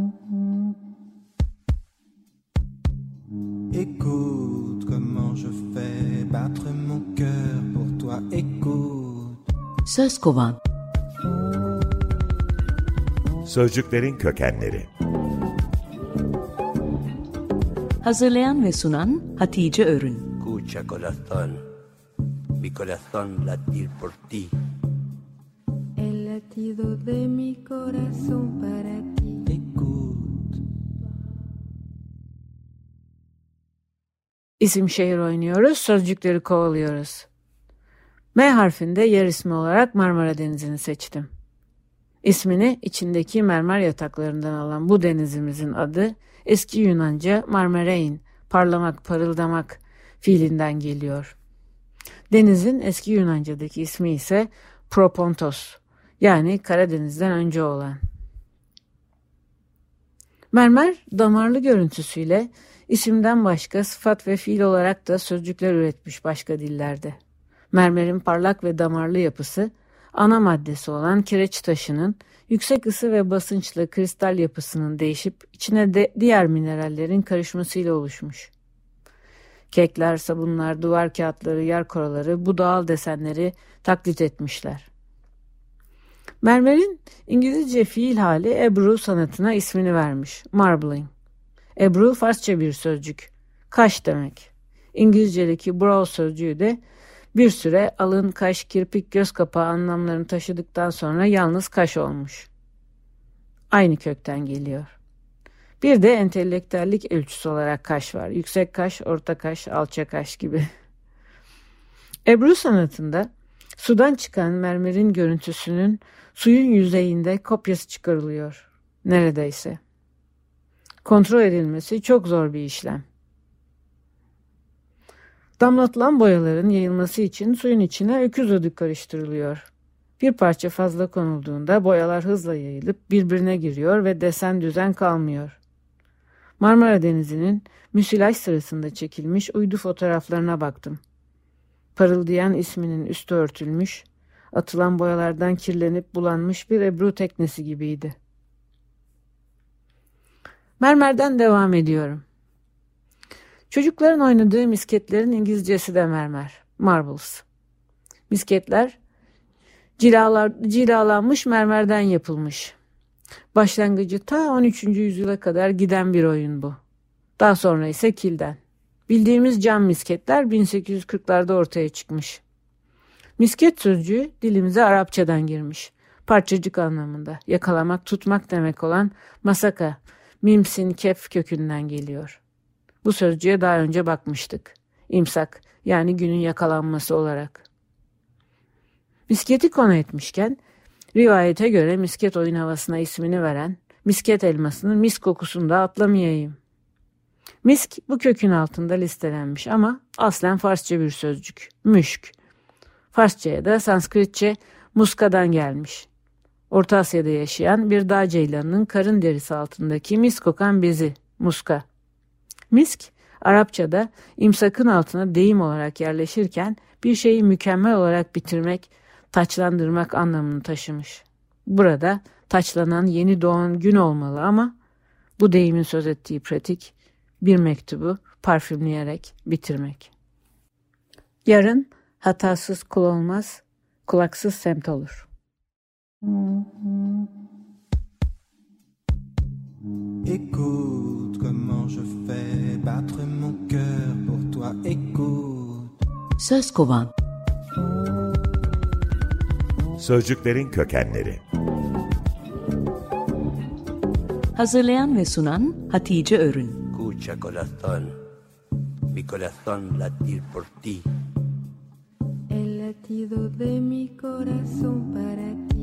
Écoute comment je fais battre mon cœur pour toi, écoute. Söz kovan. Sözcüklerin kökenleri. Hazırlayan ve sunan Hatice Örün. Escucha corazón, mi corazón latir por ti. El latido de mi corazón para ti. Écoute. İsim şehir oynuyoruz, sözcükleri kovalıyoruz. M harfinde yer ismi olarak Marmara Denizi'ni seçtim. İsmini içindeki mermer yataklarından alan bu denizimizin adı eski Yunanca marmerein, parlamak, parıldamak fiilinden geliyor. Denizin eski Yunanca'daki ismi ise Propontos, yani Karadeniz'den önce olan. Mermer, damarlı görüntüsüyle isimden başka sıfat ve fiil olarak da sözcükler üretmiş başka dillerde. Mermerin parlak ve damarlı yapısı, ana maddesi olan kireç taşının yüksek ısı ve basınçla kristal yapısının değişip içine de diğer minerallerin karışmasıyla oluşmuş. Kekler, sabunlar, duvar kağıtları, yer koraları bu doğal desenleri taklit etmişler. Mermerin İngilizce fiil hali Ebru sanatına ismini vermiş, marbling. Ebru Farsça bir sözcük, kaş demek. İngilizce'deki brow sözcüğü de bir süre alın, kaş, kirpik, göz kapağı anlamlarını taşıdıktan sonra yalnız kaş olmuş. Aynı kökten geliyor. Bir de entelektüellik ölçüsü olarak kaş var. Yüksek kaş, orta kaş, alça kaş gibi. Ebru sanatında sudan çıkan mermerin görüntüsünün suyun yüzeyinde kopyası çıkarılıyor. Neredeyse. Kontrol edilmesi çok zor bir işlem. Damlatılan boyaların yayılması için suyun içine öküz odu karıştırılıyor. Bir parça fazla konulduğunda boyalar hızla yayılıp birbirine giriyor ve desen düzen kalmıyor. Marmara Denizi'nin müsilaj sırasında çekilmiş uydu fotoğraflarına baktım. Parıldayan isminin üstü örtülmüş, atılan boyalardan kirlenip bulanmış bir Ebru teknesi gibiydi. Mermerden devam ediyorum. Çocukların oynadığı misketlerin İngilizcesi de mermer, marbles. Misketler cilalanmış mermerden yapılmış. Başlangıcı ta 13. yüzyıla kadar giden bir oyun bu. Daha sonra ise kilden. Bildiğimiz cam misketler 1840'larda ortaya çıkmış. Misket sözcüğü dilimize Arapçadan girmiş. Parçacık anlamında, yakalamak, tutmak demek olan masaka, mimsin kef kökünden geliyor. Bu sözcüğe daha önce bakmıştık. İmsak, yani günün yakalanması olarak. Misketi konu etmişken, rivayete göre misket oyun havasına ismini veren misket elmasının mis kokusunu da atlamayayım. Misk bu kökün altında listelenmiş ama aslen Farsça bir sözcük. Müşk. Farsçaya da Sanskritçe muskadan gelmiş. Orta Asya'da yaşayan bir dağ ceylanının karın derisi altındaki mis kokan bezi, muska. Misk, Arapçada imsakın altına deyim olarak yerleşirken bir şeyi mükemmel olarak bitirmek, taçlandırmak anlamını taşımış. Burada taçlanan yeni doğan gün olmalı ama bu deyimin söz ettiği pratik bir mektubu parfümleyerek bitirmek. Yarın hatasız kul olmaz, kulaksız semt olur. Écoute comment je fais battre mon cœur pour toi, écoute. Söz kovan. Sözcüklerin kökenleri. Hazırlayan ve sunan Hatice Örün. Escucha corazón, mi corazón latir por ti. El latido de mi corazón para ti.